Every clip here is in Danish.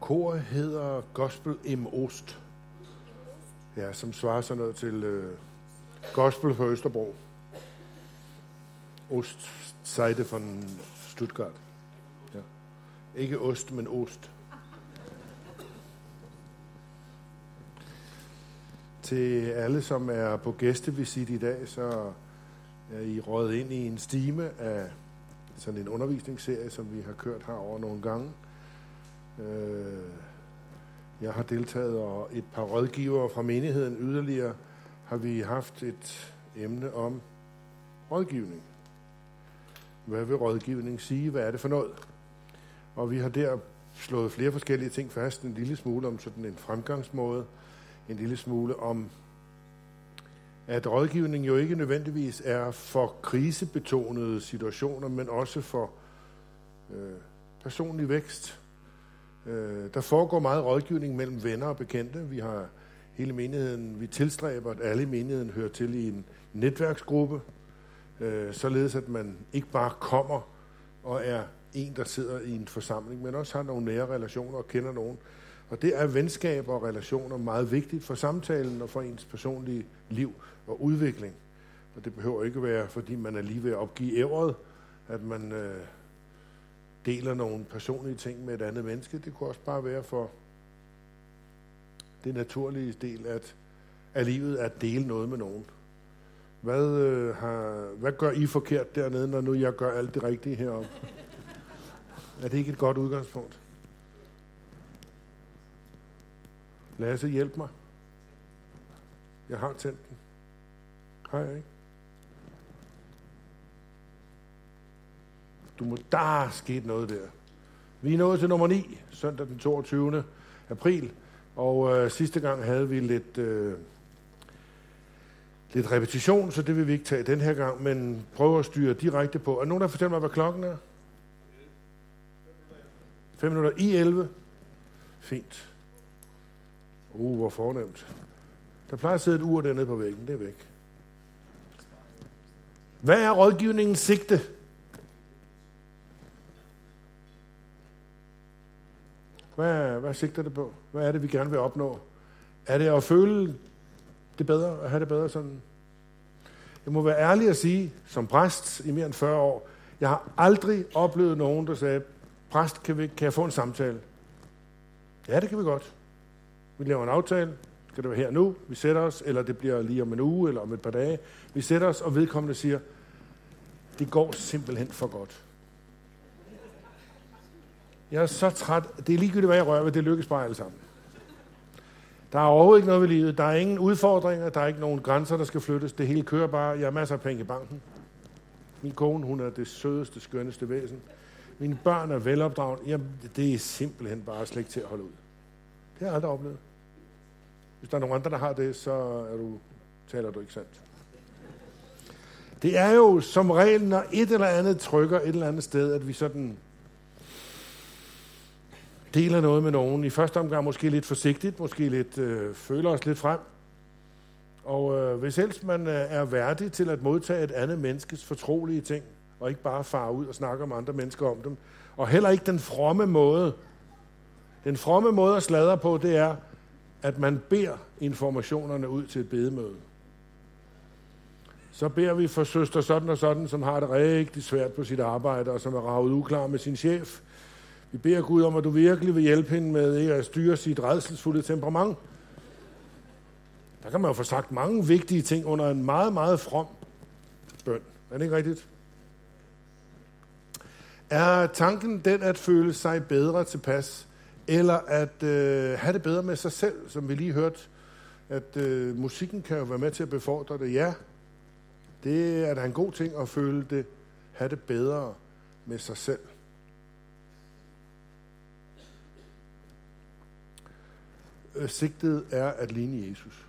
Koret hedder Gospel im Ost. Ja, som svarer sådan noget til Gospel på Østerbro. Ostseite von Stuttgart. Ja. Ikke ost, men ost. Til alle, som er på gæstevisit i dag, så er I røget ind i en stime af sådan en undervisningsserie, som vi har kørt her over nogle gange. Jeg har deltaget, og et par rådgivere fra menigheden yderligere har vi haft et emne om rådgivning. Hvad vil rådgivning sige? Hvad er det for noget? Og vi har der slået flere forskellige ting fast. En lille smule om sådan en fremgangsmåde. En lille smule om, at rådgivning jo ikke nødvendigvis er for krisebetonede situationer, men også for personlig vækst. Der foregår meget rådgivning mellem venner og bekendte. Vi har hele menigheden, vi tilstræber, at alle i menigheden hører til i en netværksgruppe, således at man ikke bare kommer og er en, der sidder i en forsamling, men også har nogle nære relationer og kender nogen. Og det er venskaber og relationer meget vigtigt for samtalen og for ens personlige liv og udvikling. Og det behøver ikke være, fordi man er lige ved at opgive ævret, at man deler nogle personlige ting med et andet menneske. Det kunne også bare være for det naturlige del af livet at dele noget med nogen. Hvad gør I forkert dernede, når nu jeg gør alt det rigtige heroppe? Er det ikke et godt udgangspunkt? Lasse, hjælp mig. Jeg har tændt den. Har jeg ikke? Der er sket noget der. Vi er nået til nummer 9, søndag den 22. april. Og sidste gang havde vi lidt repetition, så det vil vi ikke tage den her gang, men prøve at styre direkte på. Er nogen, der fortæller mig, hvad klokken er? 5 minutter i 11. Fint. Hvor fornemt. Der plejer at sidde et ur dernede på væggen. Det er væk. Hvad er rådgivningens sigte? Hvad sigter det på? Hvad er det, vi gerne vil opnå? Er det at føle det bedre? At have det bedre sådan? Jeg må være ærlig at sige, som præst i mere end 40 år, jeg har aldrig oplevet nogen, der sagde, præst, kan jeg få en samtale? Ja, det kan vi godt. Vi laver en aftale. Skal det være her nu? Vi sætter os, eller det bliver lige om en uge, eller om et par dage. Vi sætter os, og vedkommende siger, det går simpelthen for godt. Jeg er så træt. Det er ligegyldigt, hvad jeg rører ved. Det lykkes bare alle sammen. Der er overhovedet ikke noget ved livet. Der er ingen udfordringer. Der er ikke nogen grænser, der skal flyttes. Det hele kører bare. Jeg har masser af penge i banken. Min kone, hun er det sødeste, skønneste væsen. Mine børn er velopdraget. Jamen, det er simpelthen bare slet ikke til at holde ud. Det har jeg aldrig oplevet. Hvis der er nogen andre, der har det, så taler du ikke sandt. Det er jo som regel, når et eller andet trykker et eller andet sted, at vi sådan deler noget med nogen. I første omgang måske lidt forsigtigt, måske lidt føler os lidt frem. Og hvis helst man er værdig til at modtage et andet menneskes fortrolige ting, og ikke bare fare ud og snakke om andre mennesker om dem, og heller ikke den fromme måde. Den fromme måde at sladre på, det er, at man beder informationerne ud til et bedemøde. Så beder vi for søster sådan og sådan, som har det rigtig svært på sit arbejde, og som er raget uklar med sin chef. Vi beder Gud om, at du virkelig vil hjælpe hende med ikke at styre sit rædselsfulde temperament. Der kan man jo få sagt mange vigtige ting under en meget, meget from bøn. Er det ikke rigtigt? Er tanken den at føle sig bedre tilpas, eller at have det bedre med sig selv, som vi lige hørte, at musikken kan jo være med til at befordre det? Ja, det er da en god ting at føle det, have det bedre med sig selv. Sigtet er at ligne Jesus.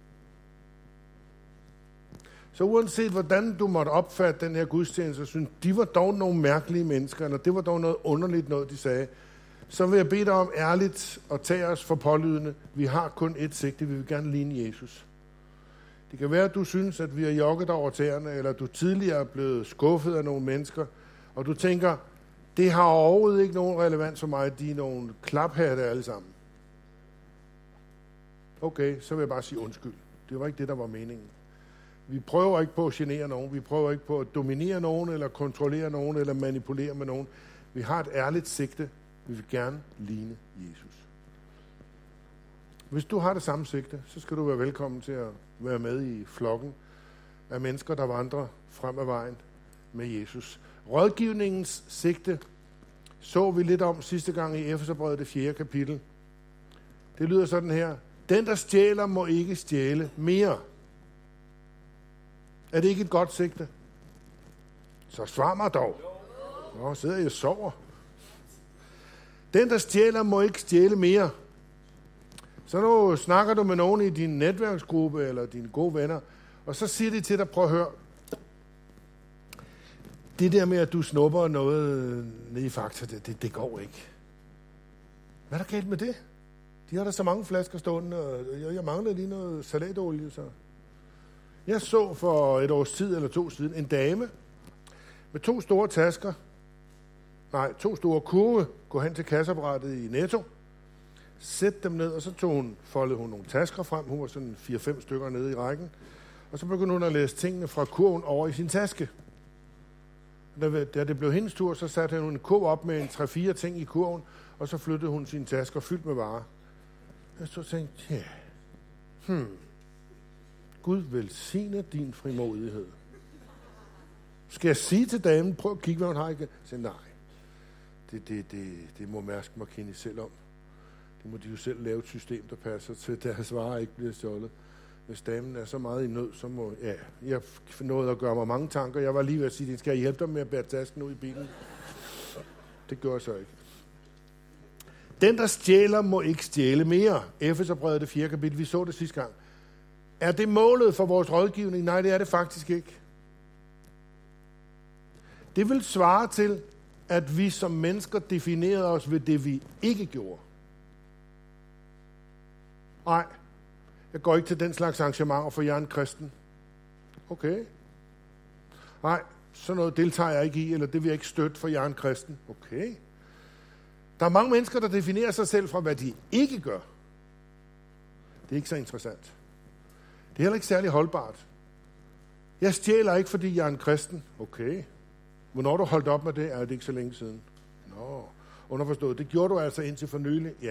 Så uanset hvordan du måtte opfatte den her gudstjeneste, og synes, de var dog nogle mærkelige mennesker, eller det var dog noget underligt noget, de sagde, så vil jeg bede dig om ærligt at tage os for pålydende. Vi har kun ét sigte, vi vil gerne ligne Jesus. Det kan være, at du synes, at vi har jogget over tæerne, eller du tidligere er blevet skuffet af nogle mennesker, og du tænker, Det har overhovedet ikke nogen relevans for mig. De er nogle klaphatte alle sammen. Okay, så vil jeg bare sige undskyld. Det var ikke det, der var meningen. Vi prøver ikke på at genere nogen. Vi prøver ikke på at dominere nogen, eller kontrollere nogen, eller manipulere med nogen. Vi har et ærligt sigte. Vi vil gerne ligne Jesus. Hvis du har det samme sigte, så skal du være velkommen til at være med i flokken af mennesker, der vandrer frem ad vejen med Jesus. Rådgivningens sigte så vi lidt om sidste gang i Efeserbrevet, det 4. kapitel. Det lyder sådan her. Den, der stjæler, må ikke stjæle mere. Er det ikke et godt sigte? Så svar mig dog. Nå, sidder jeg og sover. Den, der stjæler, må ikke stjæle mere. Så nu snakker du med nogen i din netværksgruppe eller dine gode venner, og så siger de til dig, prøv at høre, det der med, at du snupper noget ned i Fakta, det går ikke. Hvad er der galt med det? De har der så mange flasker stående, og jeg mangler lige noget salatolie. Så. Jeg så for et års tid eller 2 siden en dame med 2 store tasker, 2 store kurve, gå hen til kasseapparatet i Netto, sætte dem ned, og så foldede hun nogle tasker frem. Hun var sådan 4-5 stykker nede i rækken. Og så begyndte hun at læse tingene fra kurven over i sin taske. Da det blev hendes tur, så satte hun en kurv op med en 3-4 ting i kurven, og så flyttede hun sine tasker fyldt med varer. Jeg så tænkte, Gud velsigne din frimodighed. Skal jeg sige til damen, prøv at kigge, hvad hun har igen? Jeg sagde, nej, det må Mærsk McKinney selv om. Det må de jo selv lave et system, der passer til, deres varer ikke bliver stjålet. Hvis damen er så meget i nød, så må... Ja, jeg nåede at gøre mig mange tanker. Jeg var lige ved at sige, skal jeg hjælpe dig med at bære tasken ud i bilen? Det gør jeg så ikke. Den, der stjæler, må ikke stjæle mere. Efeserbrevet, det 4. kapitel. Vi så det sidste gang. Er det målet for vores rådgivning? Nej, det er det faktisk ikke. Det vil svare til, at vi som mennesker definerede os ved det, vi ikke gjorde. Nej, jeg går ikke til den slags arrangementer, for jeg er en kristen. Okay. Nej, sådan noget deltager jeg ikke i, eller det vil jeg ikke støtte, for jeg er en kristen. Okay. Der er mange mennesker, der definerer sig selv fra, hvad de ikke gør. Det er ikke så interessant. Det er heller ikke særlig holdbart. Jeg stjæler ikke, fordi jeg er en kristen. Okay. Hvornår du holdt op med det, er det ikke så længe siden. Nå, underforstået. Det gjorde du altså indtil for nylig. Ja.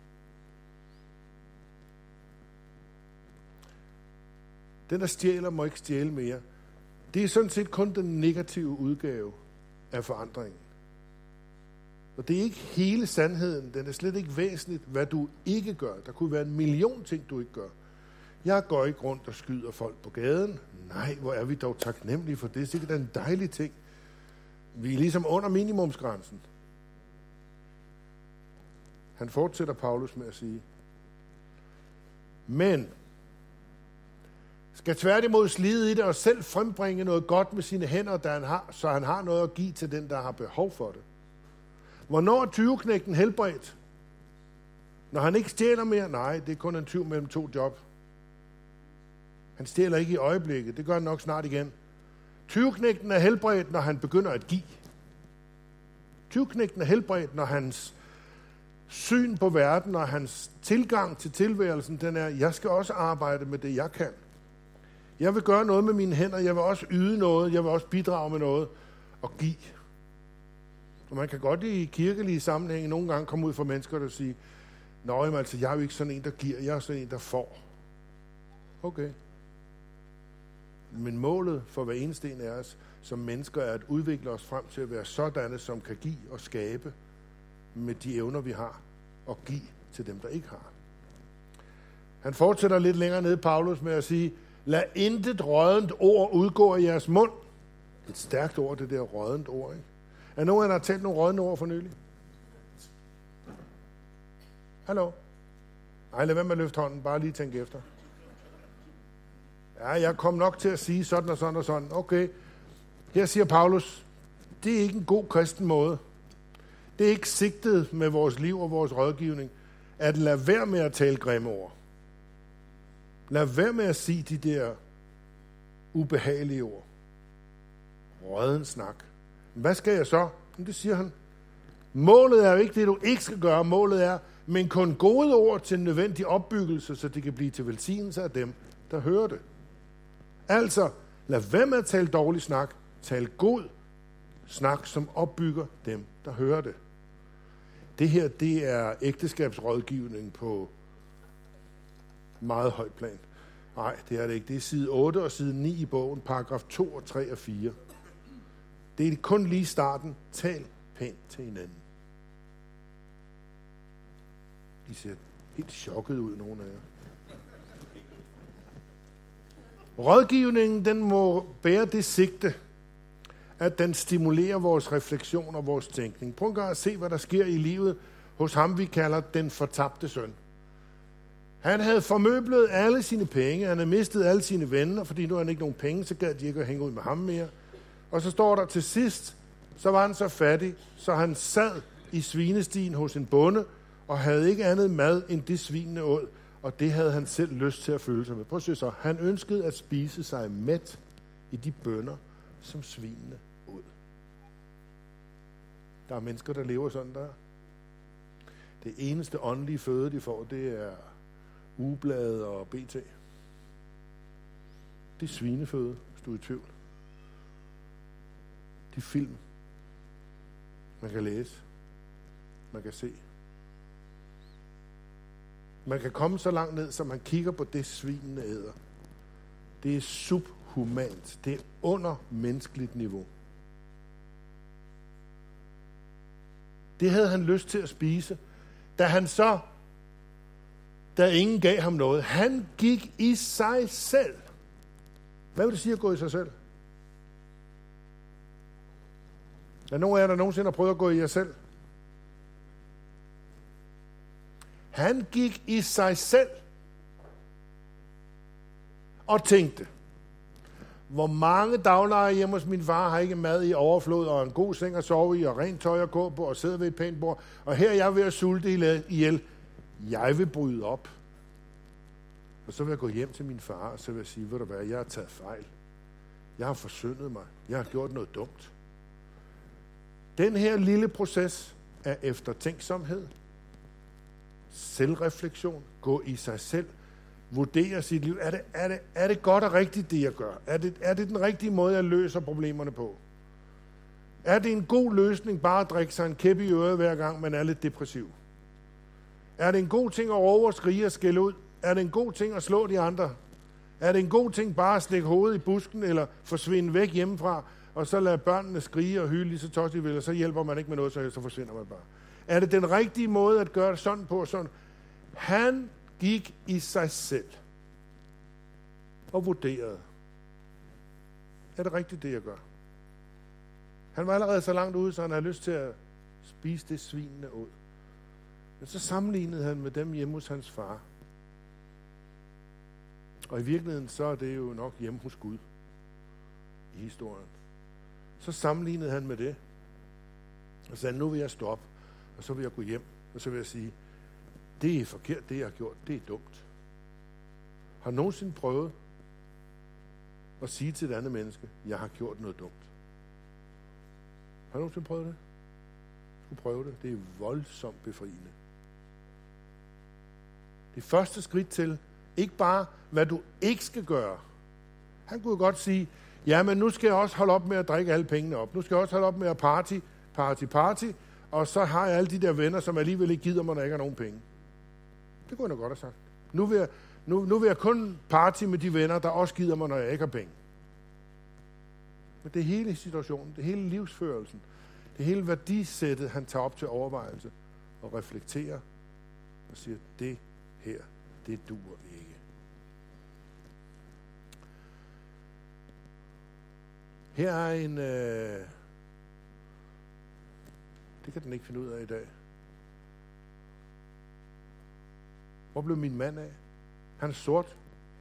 Den, der stjæler, må ikke stjæle mere. Det er sådan set kun den negative udgave af forandringen. Og det er ikke hele sandheden. Den er slet ikke væsentligt, hvad du ikke gør. Der kunne være 1 million ting, du ikke gør. Jeg går ikke rundt og skyder folk på gaden. Nej, hvor er vi dog taknemmelige for det. Det er sikkert en dejlig ting. Vi er ligesom under minimumsgrænsen. Han fortsætter Paulus med at sige, men skal tværtimod slide i det og selv frembringe noget godt med sine hænder, så han har noget at give til den, der har behov for det. Hvornår er tyveknægten helbredt? Når han ikke stjæler mere? Nej, det er kun en tyv mellem 2 job. Han stjæler ikke i øjeblikket. Det gør han nok snart igen. Tyveknægten er helbredt, når han begynder at give. Tyveknægten er helbredt, når hans syn på verden og hans tilgang til tilværelsen, den er, jeg skal også arbejde med det, jeg kan. Jeg vil gøre noget med mine hænder, jeg vil også yde noget, jeg vil også bidrage med noget og give. Og man kan godt i kirkelige sammenhænge nogle gange komme ud for mennesker, der siger, nå, men altså, jeg er jo ikke sådan en, der giver, jeg er sådan en, der får. Okay. Men målet for hver eneste en af os som mennesker er at udvikle os frem til at være sådanne, som kan give og skabe med de evner, vi har, og give til dem, der ikke har. Han fortsætter lidt længere nede, Paulus, med at sige, lad intet råddent ord udgå af jeres mund. Et stærkt ord, det der råddent ord, ikke? Er nogen af jer, der har talt nogle rådne ord for nylig? Hallo? Nej, lad være med at løfte hånden. Bare lige tænk efter. Ja, jeg kom nok til at sige sådan og sådan og sådan. Okay. Her siger Paulus, det er ikke en god kristen måde. Det er ikke sigtet med vores liv og vores rådgivning, at lade være med at tale grimme ord. Lad være med at sige de der ubehagelige ord. Rådden snak. Hvad skal jeg så? Det siger han. Målet er jo ikke det, du ikke skal gøre. Målet er, men kun gode ord til en nødvendig opbyggelse, så det kan blive til velsignelse af dem, der hører det. Altså, lad være med at tale dårlig snak. Tal god snak, som opbygger dem, der hører det. Det her, det er ægteskabsrådgivning på meget højt plan. Nej, det er det ikke. Det er side 8 og side 9 i bogen, paragraf 2 og 3 og 4. Det er kun lige starten. Tal pænt til hinanden. De ser helt chokket ud, nogle af jer. Rådgivningen, den må bære det sigte, at den stimulerer vores refleksion og vores tænkning. Prøv at se, hvad der sker i livet hos ham, vi kalder den fortabte søn. Han havde formøblet alle sine penge, han havde mistet alle sine venner, fordi nu havde han ikke nogen penge, så gad de ikke at hænge ud med ham mere. Og så står der til sidst, så var han så fattig, så han sad i svinestien hos en bonde, og havde ikke andet mad end det svinene åd, og det havde han selv lyst til at føle sig med. Prøv at se så, han ønskede at spise sig mæt i de bønner, som svinene åd. Der er mennesker, der lever sådan der. Det eneste åndelige føde, de får, det er ugeblade og BT. Det er svineføde, hvis du er i tvivl. De film, man kan læse, man kan se. Man kan komme så langt ned, så man kigger på det, svinene æder. Det er subhumant. Det er under menneskeligt niveau. Det havde han lyst til at spise. Da ingen gav ham noget. Han gik i sig selv. Hvad vil det sige at gå i sig selv? Er nogen af jer, der nogensinde har prøvet at gå i jer selv? Han gik i sig selv og tænkte, hvor mange daglejere hjemme hos min far har ikke mad i overflod og en god seng at sove i og rent tøj at gå på og sidde ved et pænt bord, og her er jeg ved at sulte ihjel. Jeg vil bryde op. Og så vil jeg gå hjem til min far, og så vil jeg sige, ved du hvad, jeg har taget fejl. Jeg har forsyndet mig. Jeg har gjort noget dumt. Den her lille proces af eftertænksomhed, selvreflektion, gå i sig selv, vurdere sit liv. Er det godt og rigtigt, det jeg gør? Er det den rigtige måde, jeg løser problemerne på? Er det en god løsning bare at drikke sig en kæp i øret hver gang, man er lidt depressiv? Er det en god ting at råbe og skrige og skælde ud? Er det en god ting at slå de andre? Er det en god ting bare at stikke hovedet i busken eller forsvinde væk hjemmefra, og så lade børnene skrige og hyle lige så tosset de vil, og så hjælper man ikke med noget, så forsvinder man bare? Er det den rigtige måde at gøre det sådan på? Sådan? Han gik i sig selv og vurderede. Er det rigtigt, det jeg gør? Han var allerede så langt ude, så han havde lyst til at spise det svinene ud. Men så sammenlignede han med dem hjemme hos hans far. Og i virkeligheden så er det jo nok hjemme hos Gud i historien. Så sammenlignede han med det. Og sagde, nu vil jeg stoppe, og så vil jeg gå hjem, og så vil jeg sige, det er forkert, det jeg har gjort, det er dumt. Har du nogensinde prøvet at sige til et andet menneske, jeg har gjort noget dumt? Har du nogensinde prøvet det? Du skulle prøve det. Det er voldsomt befriende. Det første skridt til, ikke bare hvad du ikke skal gøre. Han kunne godt sige, ja, men nu skal jeg også holde op med at drikke alle pengene op. Nu skal jeg også holde op med at party, og så har jeg alle de der venner, som alligevel ikke gider mig, når jeg ikke har nogen penge. Det kunne jeg godt have sagt. Nu vil jeg kun party med de venner, der også gider mig, når jeg ikke har penge. Men det er hele situationen, det er hele livsførelsen, det er hele værdisættet, han tager op til overvejelse og reflekterer og siger, det her, det duer ikke. Her er en... det kan den ikke finde ud af i dag. Hvor blev min mand af? Han er sort.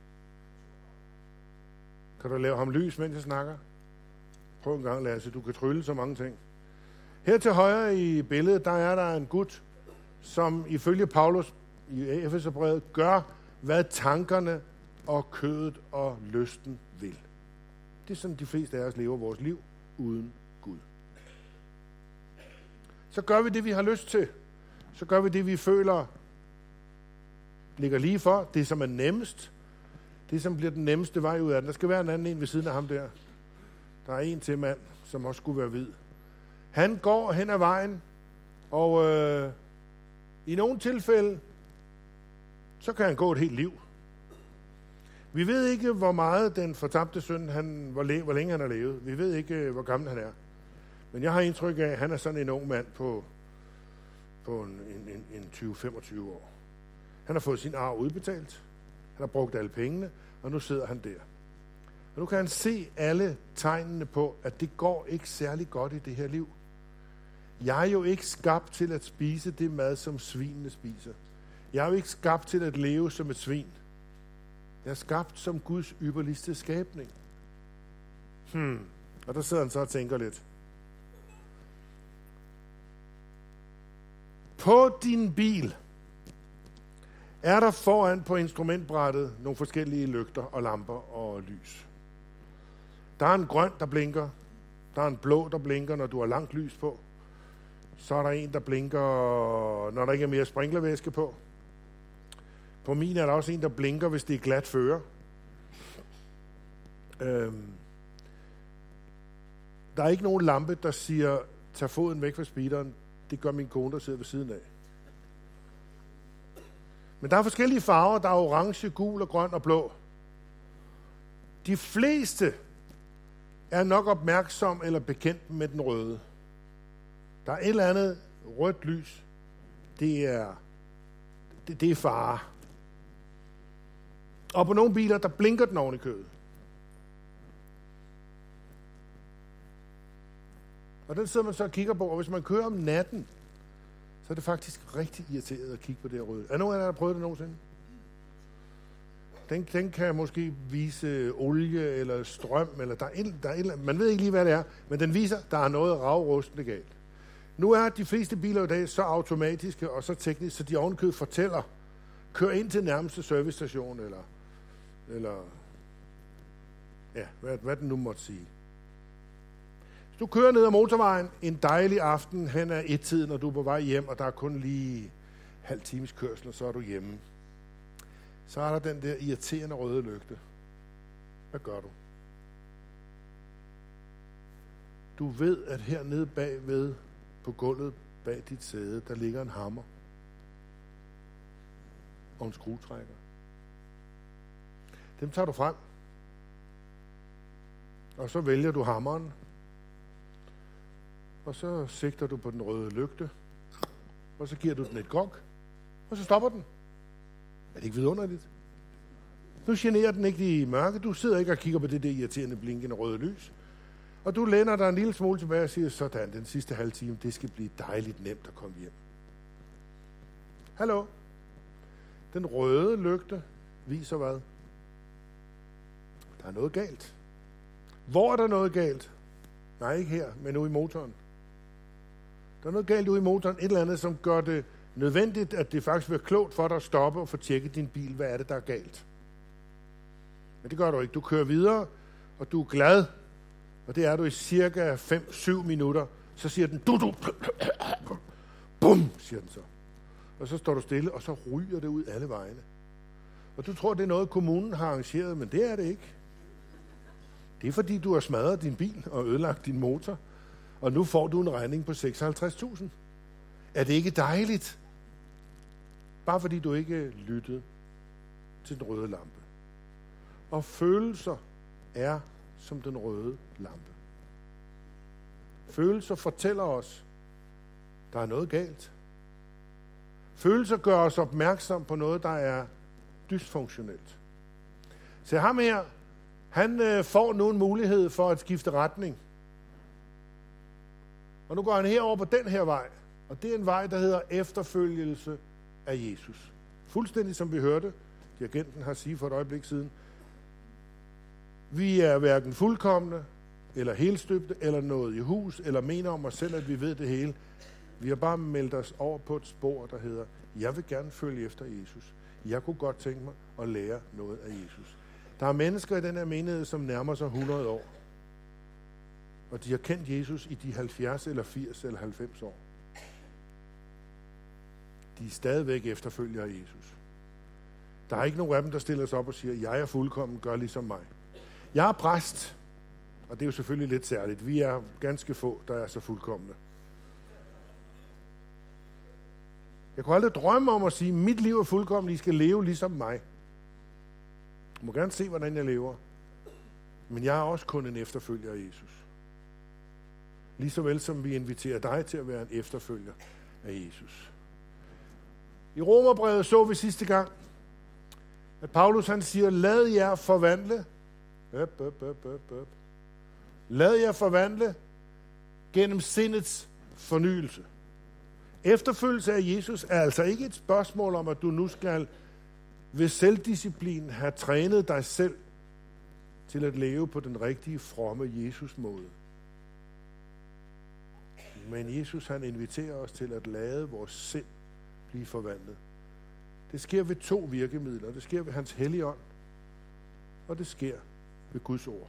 Kan du lave ham lys, mens jeg snakker? Prøv en gang, Lasse. Du kan trylle så mange ting. Her til højre i billedet, der er der en gut, som ifølge Paulus i Efeserbrevet gør, hvad tankerne og kødet og lysten vil. Det er sådan, de fleste af os lever vores liv uden Gud. så gør vi det, vi har lyst til. Så gør vi det, vi føler ligger lige for. Det, som er nemmest. Det, som bliver den nemmeste vej ud af den. Der skal være en anden en ved siden af ham der. Der er en til mand, som også skulle være hvid. Han går hen ad vejen, og i nogle tilfælde, så kan han gå et helt liv. Vi ved ikke, hvor meget den fortabte søn, hvor længe han har levet. Vi ved ikke, hvor gammel han er. Men jeg har indtryk af, at han er sådan en ung mand på en 20-25 år. Han har fået sin arv udbetalt. Han har brugt alle pengene, og nu sidder han der. Og nu kan han se alle tegnene på, at det går ikke særlig godt i det her liv. Jeg er jo ikke skabt til at spise det mad, som svinene spiser. Jeg er jo ikke skabt til at leve som et svin. Jeg er skabt som Guds ypperligste skabning. Og der sidder han så og tænker lidt. På din bil er der foran på instrumentbrættet nogle forskellige lygter og lamper og lys. Der er en grøn, der blinker. Der er en blå, der blinker, når du har langt lys på. Så er der en, der blinker, når der ikke er mere sprinklervæske på. På min er der også en, der blinker, hvis det er glat føre. Der er ikke nogen lampe, der siger, tag foden væk fra speederen. Det gør min kone, der sidder ved siden af. Men der er forskellige farver. Der er orange, gul og grøn og blå. De fleste er nok opmærksom eller bekendt med den røde. Der er et eller andet rødt lys. Det er fare. Og på nogle biler, der blinker den oven i kødet. Og den sidder man så og kigger på, og hvis man kører om natten, så er det faktisk rigtig irriteret at kigge på det her røde. Er nogen af jer, der har prøvet det nogensinde? Den kan måske vise olie eller strøm, eller der er man ved ikke lige, hvad det er, men den viser, der er noget ravrustende galt. Nu er de fleste biler i dag så automatiske og så tekniske, så de ovenkøbet fortæller, kør ind til nærmeste servicestation, eller ja, hvad den nu måtte sige. Hvis du kører ned ad motorvejen en dejlig aften hen ad 1-tiden, når du er på vej hjem, og der er kun lige halv times kørsel, og så er du hjemme. Så er der den der irriterende røde lygte. Hvad gør du? Du ved, at hernede bagved på gulvet bag dit sæde, der ligger en hammer og en skruetrækker. Dem tager du frem, og så vælger du hammeren, og så sigter du på den røde lygte, og så giver du den et gok, og så stopper den. Er det ikke vidunderligt? Nu generer den ikke i mørke. Du sidder ikke og kigger på det der irriterende blinkende røde lys. Og du læner dig en lille smule tilbage og siger, sådan, den sidste halve time, det skal blive dejligt nemt at komme hjem. Hallo? Den røde lygte viser hvad? Der er noget galt. Hvor er der noget galt? Nej, ikke her, men ude i motoren. Der er noget galt ude i motoren. Et eller andet, som gør det nødvendigt, at det faktisk bliver klogt for dig at stoppe og få tjekket din bil. Hvad er det, der er galt? Men det gør du ikke. Du kører videre, og du er glad. Og det er du i cirka 5-7 minutter. Så siger den, du. Bum, siger den så. Og så står du stille, og så ryger det ud alle vejene. Og du tror, det er noget, kommunen har arrangeret, men det er det ikke. Det er fordi, du har smadret din bil og ødelagt din motor, og nu får du en regning på 56.000. Er det ikke dejligt? Bare fordi du ikke lyttede til den røde lampe. Og følelser er som den røde lampe. Følelser fortæller os, der er noget galt. Følelser gør os opmærksom på noget, der er dysfunktionelt. Så ham her, han får nu en mulighed for at skifte retning. Og nu går han herover på den her vej. Og det er en vej, der hedder efterfølgelse af Jesus. Fuldstændig som vi hørte, dirigenten har sige for et øjeblik siden. Vi er hverken fuldkomne, eller helstøbte, eller noget i hus, eller mener om os selv, at vi ved det hele. Vi har bare meldt os over på et spor, der hedder, jeg vil gerne følge efter Jesus. Jeg kunne godt tænke mig at lære noget af Jesus. Der er mennesker i den her menighed, som nærmer sig 100 år. Og de har kendt Jesus i de 70 eller 80 eller 90 år. de er stadigvæk efterfølgere af Jesus. Der er ikke nogen af dem, der stiller sig op og siger, jeg er fuldkommen, gør ligesom mig. Jeg er præst, og det er jo selvfølgelig lidt særligt. Vi er ganske få, der er så fuldkomne. Jeg kunne aldrig drømme om at sige, mit liv er fuldkommen, I skal leve ligesom mig. Du må gerne se, hvordan jeg lever. Men jeg er også kun en efterfølger af Jesus. Ligeså vel som vi inviterer dig til at være en efterfølger af Jesus. I Romerbrevet så vi sidste gang, at Paulus han siger, lad jer forvandle. Lad jer forvandle gennem sindets fornyelse. Efterfølgelse af Jesus er altså ikke et spørgsmål om, at du nu skal ved selvdisciplin have trænet dig selv til at leve på den rigtige, fromme Jesus-måde. Men Jesus han inviterer os til at lade vores sind blive forvandlet. Det sker ved 2 virkemidler. Det sker ved hans hellige ånd, og det sker ved Guds ord.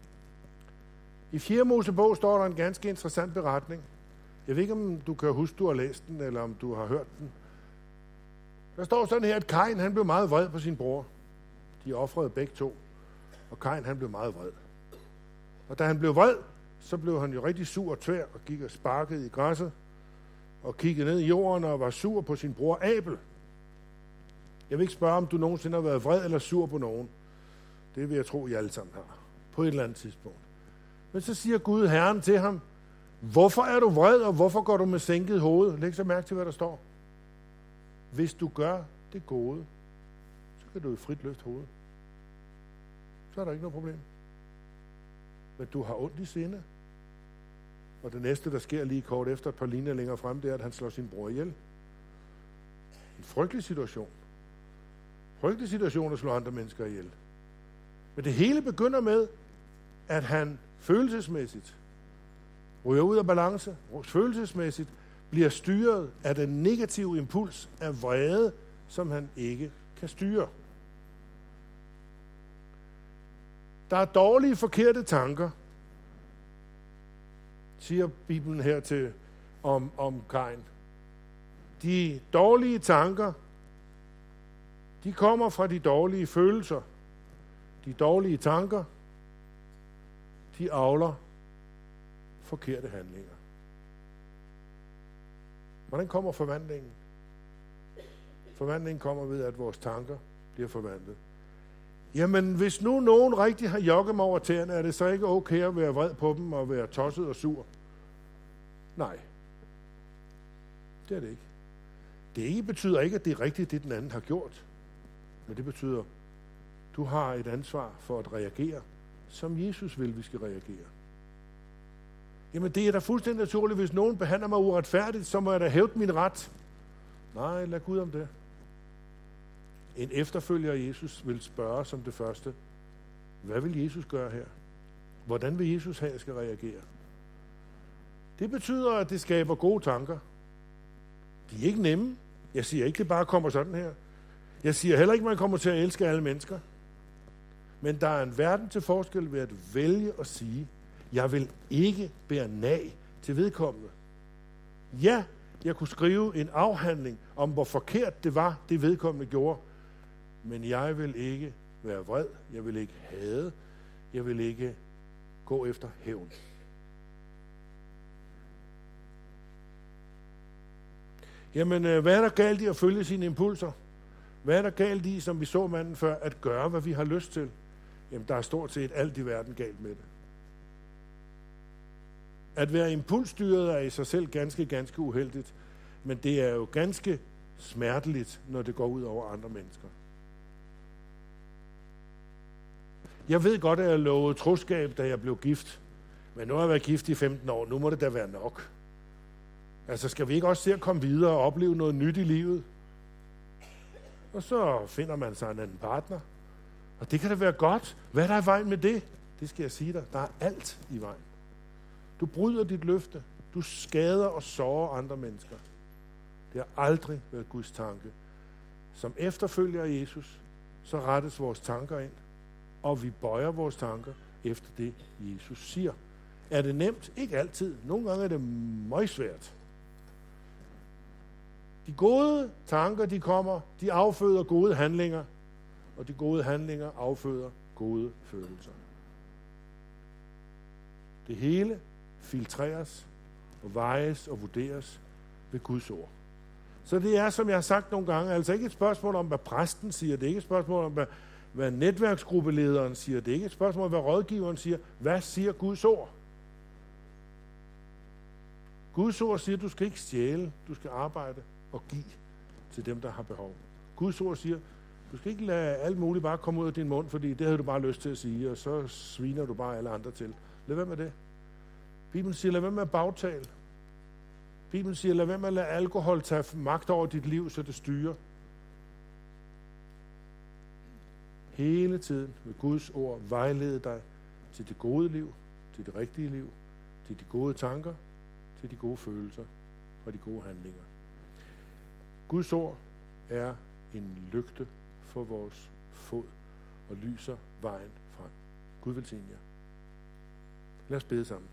I 4. Mosebog står der en ganske interessant beretning. Jeg ved ikke, om du kan huske, du har læst den, eller om du har hørt den. Der står sådan her, at Kain han blev meget vred på sin bror. De ofrede begge 2, og Kain han blev meget vred. Og da han blev vred, så blev han jo rigtig sur og tvær, og gik og sparkede i græsset, og kiggede ned i jorden og var sur på sin bror Abel. Jeg vil ikke spørge, om du nogensinde har været vred eller sur på nogen. Det vil jeg tro, I alle sammen har. På et eller andet tidspunkt. Men så siger Gud, Herren, til ham, hvorfor er du vred, og hvorfor går du med sænket hoved? Læg så mærke til, hvad der står. Hvis du gør det gode, så kan du jo frit løfte hovedet. Så er der ikke noget problem. Men du har ondt i sinde. Og det næste, der sker lige kort efter et par linjer længere frem, det er, at han slår sin bror ihjel. En frygtelig situation. Frygtelig situation at slå andre mennesker ihjel. Men det hele begynder med, at han følelsesmæssigt ryger ud af balance, følelsesmæssigt bliver styret af den negative impuls af vrede, som han ikke kan styre. Der er dårlige, forkerte tanker, siger Bibelen her til om Kain. De dårlige tanker, de kommer fra de dårlige følelser. De dårlige tanker, de avler forkerte handlinger. Hvordan kommer forvandlingen? Forvandlingen kommer ved, at vores tanker bliver forvandlet. Jamen, hvis nu nogen rigtig har jogget mig over tæerne, er det så ikke okay at være vred på dem og være tosset og sur? Nej. Det er det ikke. Det betyder ikke, at det er rigtigt, det den anden har gjort. Men det betyder, at du har et ansvar for at reagere, som Jesus vil, vi skal reagere. Jamen, det er da fuldstændig naturligt. Hvis nogen behandler mig uretfærdigt, så må jeg da hævde min ret. Nej, lad Gud om det. En efterfølger af Jesus vil spørge som det første, hvad vil Jesus gøre her? Hvordan vil Jesus have, at jeg skal reagere? Det betyder, at det skaber gode tanker. De er ikke nemme. Jeg siger ikke, det bare kommer sådan her. Jeg siger heller ikke, at man kommer til at elske alle mennesker. Men der er en verden til forskel ved at vælge at sige, jeg vil ikke bære nag til vedkommende. Ja, jeg kunne skrive en afhandling om, hvor forkert det var, det vedkommende gjorde. Men jeg vil ikke være vred. Jeg vil ikke hade. Jeg vil ikke gå efter hævn. Jamen, hvad er der galt i at følge sine impulser? Hvad er der galt i, som vi så manden før, at gøre, hvad vi har lyst til? Jamen, der er stort set alt i verden galt med det. At være impulsstyret er i sig selv ganske uheldigt, men det er jo ganske smerteligt, når det går ud over andre mennesker. Jeg ved godt, at jeg lovede troskab, da jeg blev gift. Men nu har jeg været gift i 15 år, nu må det da være nok. Altså, skal vi ikke også se at komme videre og opleve noget nyt i livet? Og så finder man sig en anden partner. Og det kan da være godt. Hvad er der i vejen med det? Det skal jeg sige dig. Der er alt i vejen. Du bryder dit løfte. Du skader og sårer andre mennesker. Det har aldrig været Guds tanke. Som efterfølger af Jesus, så rettes vores tanker ind, og vi bøjer vores tanker efter det, Jesus siger. Er det nemt? Ikke altid. Nogle gange er det møgsvært. De gode tanker, de kommer, de afføder gode handlinger, og de gode handlinger afføder gode følelser. Det hele filtreres og vejes og vurderes ved Guds ord. Så det er, som jeg har sagt nogle gange, altså ikke et spørgsmål om, hvad præsten siger. Det er ikke et spørgsmål om, hvad netværksgruppelederen siger. Det er ikke et spørgsmål om, hvad rådgiveren siger. Hvad siger Guds ord? Guds ord siger, at du skal ikke stjæle. Du skal arbejde og give til dem, der har behov. Guds ord siger, du skal ikke lade alt muligt bare komme ud af din mund, fordi det havde du bare lyst til at sige, og så sviner du bare alle andre til. Lad være med det. Bibelen siger, lad være med at bagtale. Bibelen siger, lad være med at lade alkohol tage magt over dit liv, så det styrer. Hele tiden vil Guds ord vejlede dig til det gode liv, til det rigtige liv, til de gode tanker, til de gode følelser og de gode handlinger. Guds ord er en lygte for vores fod og lyser vejen frem. Gud velsigne jer. Lad os bede sammen.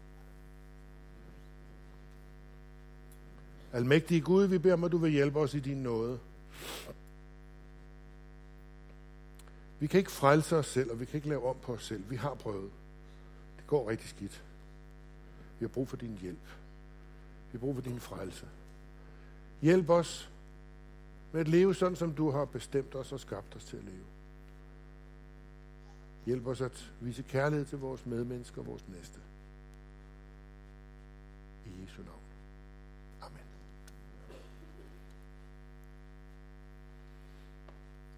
Almægtige Gud, vi beder om, at du vil hjælpe os i din nåde. Vi kan ikke frelse os selv, og vi kan ikke lave om på os selv. Vi har prøvet. Det går rigtig skidt. Vi har brug for din hjælp. Vi har brug for din frelse. Hjælp os med at leve sådan, som du har bestemt os og skabt os til at leve. Hjælp os at vise kærlighed til vores medmennesker og vores næste. I Jesu navn.